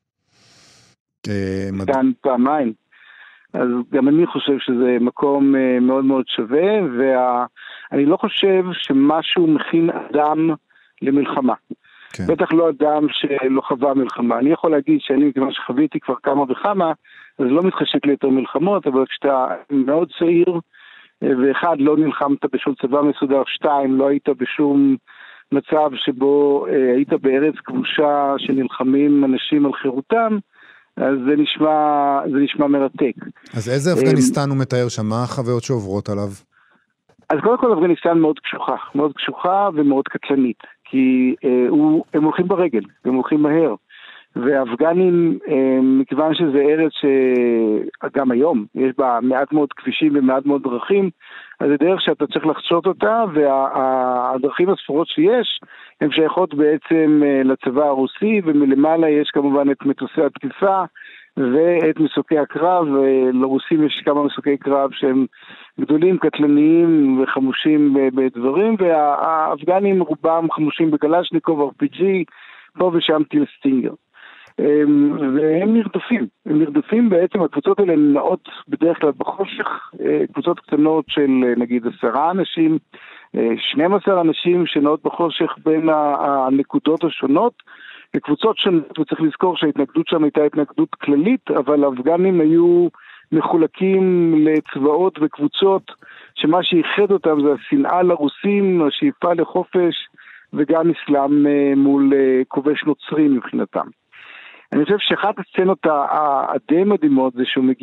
מדליק פעמיים. אז גם אני חושב שזה מקום מאוד מאוד שווה, ואני לא חושב שמשהו מכין אדם למלחמה. כן. בטח לא אדם שלא חווה מלחמה. אני יכול להגיד שאני מכיוון שחוויתי כבר כמה וכמה, אז לא מתחשק לי יותר מלחמות, אבל כשאתה מאוד צעיר, ואחד, לא נלחמת בשום צבא מסודר, שתיים, לא היית בשום מצב שבו היית בארץ כבושה שנלחמים אנשים על חירותם, אז זה נשמע מרתק. אז איזה אפגניסטן הוא מתאר שם? מה החוויות שעוברות עליו? אז קודם כל אפגניסטן מאוד קשוחה ומאוד קטלנית, כי הם הולכים ברגל, הם הולכים מהר, והאפגנים, מכיוון שזה ארץ שגם היום יש בה מעט מאוד כבישים ומעט מאוד דרכים, אז זה דרך שאתה צריך לחצות אותה, והדרכים הספורות שיש, הן שייכות בעצם לצבא הרוסי, ומלמעלה יש כמובן את מטוסי התקיפה, ואת מסוקי הקרב. לרוסים יש כמה מסוקי קרב שהם גדולים, קטלניים וחמושים בדברים, והאפגנים רובם חמושים בקלשניקוב, RPG, פה ושם טיל סטינגר. והם נרדפים בעצם, הקבוצות האלה נעות בדרך כלל בחושך, קבוצות קטנות של נגיד 10 אנשים, 12 אנשים שנעות בחושך בין הנקודות השונות, לקבוצות שונות, וצריך לזכור שההתנגדות שם הייתה התנגדות כללית, אבל האפגנים היו מחולקים לצבאות וקבוצות שמה שייחד אותם זה השנאה לרוסים, השאיפה לחופש, וגם אסלאם מול כובש נוצרי מבחינתם. אני חושב שאחת הסצנות הדי מדהימות זה שהוא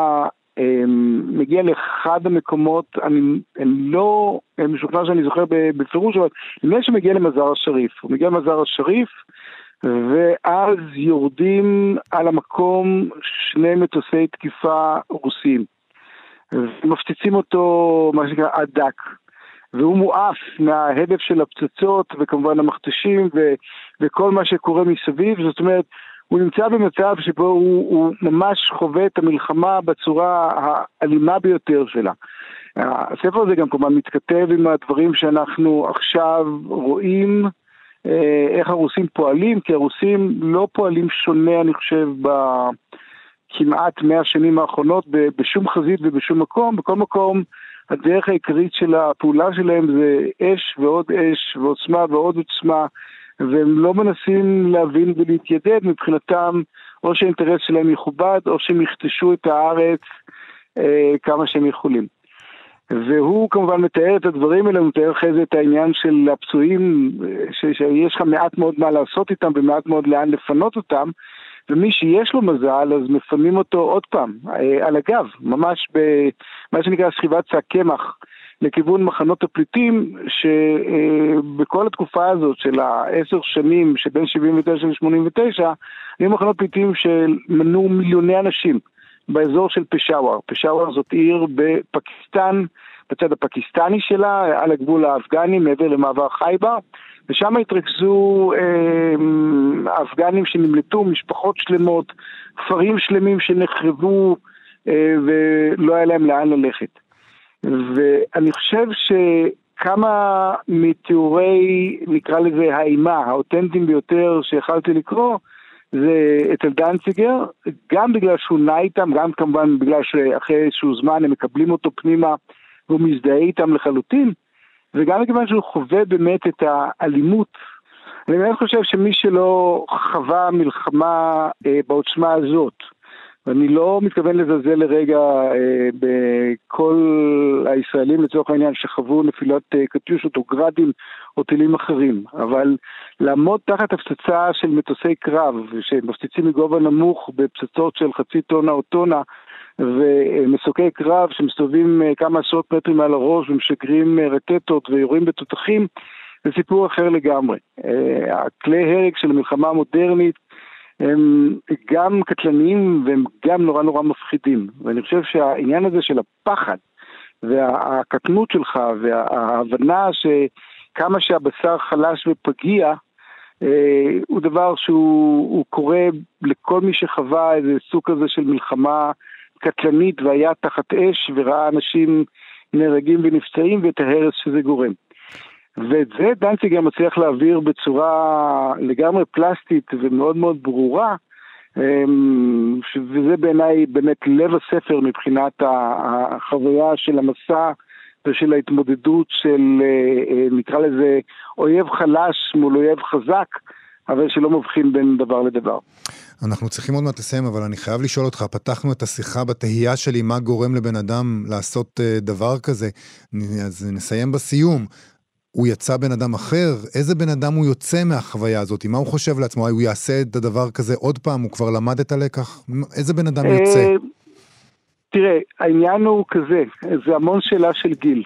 מגיע לאחד המקומות, אני לא משוכנע שאני זוכר בפירוש, אבל נראה שמגיע למזר השריף. הוא מגיע למזר השריף, ואז יורדים על המקום שני מטוסי תקיפה רוסיים. ומפציצים אותו, מה שנקרא, עד דק. והוא מואף מההדף של הפצצות, וכמובן המכתשים, וכל מה שקורה מסביב. זאת אומרת, הוא נמצא במצב שבו הוא ממש חווה את המלחמה בצורה האלימה ביותר שלה. הספר הזה גם כמובן מתכתב עם הדברים שאנחנו עכשיו רואים, איך הרוסים פועלים, כי הרוסים לא פועלים שונה, אני חושב, בכמעט 100 שנים האחרונות, בשום חזית ובשום מקום. בכל מקום, הדרך העיקרית של הפעולה שלהם זה אש ועוד אש, ועוצמה ועוד עוצמה, והם לא מנסים להבין ולהתיידד מבחינתם, או שהאינטרס שלהם יכובד, או שהם יכתשו את הארץ כמה שהם יכולים. והוא כמובן מתאר את הדברים האלה, הוא מתאר אחרי זה את העניין של הפצועים, שיש לך מעט מאוד מה לעשות איתם, ומעט מאוד לאן לפנות אותם, ומי שיש לו מזל, אז מפנים אותו עוד פעם, על הגב, ממש במה שנקרא סחיבת הקמח, לכיוון מחנות הפליטים, שבכל התקופה הזאת של 10 שנים, שבין 79 ל-89, היו מחנות פליטים שמנו מיליוני אנשים באזור של פשאוור. פשאוור זאת עיר בפקיסטן, בצד הפקיסטני שלה, על הגבול האפגני, מעבר למעבר חייבר, ושם התרכזו האפגנים שנמלטו, משפחות שלמות, כפרים שלמים שנחרבו, ולא היה להם לאן ללכת. ואני חושב שכמה מתיאורי, נקרא לזה האימה, האותנטיים ביותר שיכלתי לקרוא, זה אצל דנציגר, גם בגלל שהוא נע איתם, גם כמובן בגלל שאחרי איזשהו זמן הם מקבלים אותו פנימה, והוא מזדהה איתם לחלוטין, וגם מכיוון שהוא חווה באמת את האלימות. אני באמת חושב שמי שלא חווה מלחמה בעוצמה הזאת, ואני לא מתכוון לזלזל לרגע בכל הישראלים לצורך העניין שחוו נפילת קטיושות או גרדים או טילים אחרים, אבל לעמוד תחת הפצצה של מטוסי קרב שמפציצים מגובה נמוך בפצצות של חצי טונה או טונה ומסוקי קרב שמסתובבים כמה עשרות מטרים מעל הראש ומשגרים רטטות ויורים בתותחים, זה סיפור אחר לגמרי. הכלי הרג של המלחמה המודרנית הם גם קטלניים והם גם נורא נורא מפחידים. ואני חושב שהעניין הזה של הפחד והקטנות שלך וההבנה שכמה שהבשר חלש ופגיע, הוא דבר שהוא קורה לכל מי שחווה איזה סוג כזה של מלחמה קטלנית והיה תחת אש וראה אנשים נהרגים ונפצעים ואת ההרס שזה גורם. ואת זה דנציגר מצליח להעביר בצורה לגמרי פלסטית ומאוד מאוד ברורה, וזה בעיניי באמת לב הספר מבחינת החוויה של המסע ושל ההתמודדות של, נקרא לזה, אויב חלש מול אויב חזק, אבל שלא מבחין בין דבר לדבר. אנחנו צריכים עוד מעט לסיים, אבל אני חייב לשאול אותך, פתחנו את השיחה בתהייה שלי, מה גורם לבן אדם לעשות דבר כזה, אז נסיים בסיום. הוא יצא בן אדם אחר, איזה בן אדם הוא יוצא מהחוויה הזאת? מה הוא חושב לעצמו? הוא יעשה את הדבר כזה עוד פעם? הוא כבר למד את הלקח? איזה בן אדם יוצא? תראה, העניין הוא כזה, זה המון שאלה של גיל.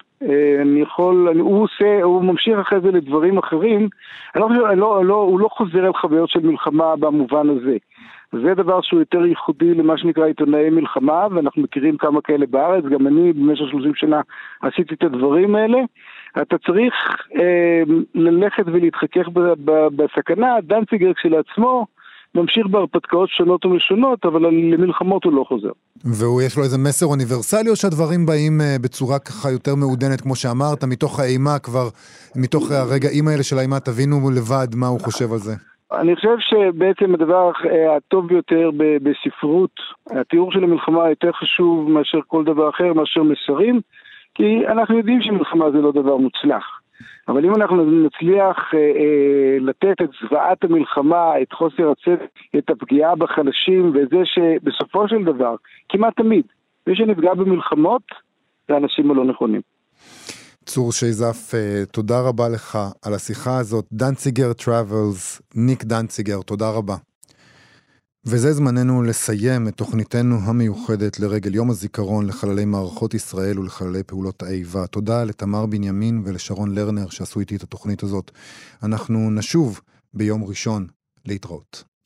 הוא ממשיך אחרי זה לדברים אחרים, הוא לא חוזר על חוויות של מלחמה במובן הזה. זה דבר שהוא יותר ייחודי למה שנקרא עיתונאי מלחמה, ואנחנו מכירים כמה כאלה בארץ, גם אני במשך 30 שנה עשיתי את הדברים האלה. אתה צריך ללכת ולהתחכך בסכנה. דנציגר כשלעצמו ממשיך בהרפתקאות שונות ומשונות, אבל למלחמות הוא לא חוזר. ויש לו איזה מסר אוניברסלי, או שהדברים באים בצורה ככה יותר מעודנת, כמו שאמרת, מתוך האימה כבר, מתוך הרגעים האלה של האימה, תבינו לבד מה הוא חושב על זה? אני חושב שבעצם הדבר הטוב ביותר בספרות, התיאור של המלחמה יותר חשוב מאשר כל דבר אחר, מאשר מסרים, כי אנחנו יודעים שמלחמה זה לא דבר מוצלח. אבל אם אנחנו נצליח לתת את זוועת המלחמה, את חוסר הצדק, את הפגיעה בחלשים, וזה שבסופו של דבר, כמעט תמיד, מי שנפגע במלחמות, זה האנשים הלא נכונים. צור שייזף, תודה רבה לך על השיחה הזאת. דנציגר טראבלס, ניק דנציגר, תודה רבה. וזה זמננו לסיים את תוכניתנו המיוחדת לרגל יום הזיכרון לחללי מערכות ישראל ולחללי פעולות האיבה. תודה לתמר בנימין ולשרון לרנר שעשו איתי את התוכנית הזאת. אנחנו נשוב ביום ראשון להתראות.